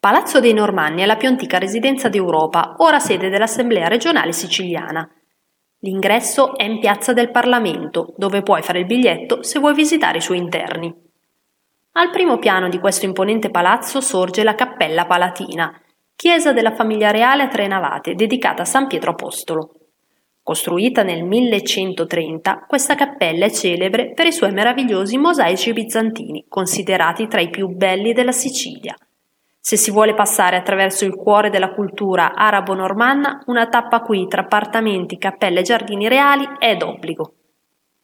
Palazzo dei Normanni è la più antica residenza d'Europa, ora sede dell'Assemblea regionale siciliana. L'ingresso è in Piazza del Parlamento, dove puoi fare il biglietto se vuoi visitare i suoi interni. Al primo piano di questo imponente palazzo sorge la Cappella Palatina, chiesa della famiglia reale a tre navate dedicata a San Pietro Apostolo. Costruita nel 1130, questa cappella è celebre per i suoi meravigliosi mosaici bizantini, considerati tra i più belli della Sicilia. Se si vuole passare attraverso il cuore della cultura arabo-normanna, una tappa qui tra appartamenti, cappelle e giardini reali è d'obbligo.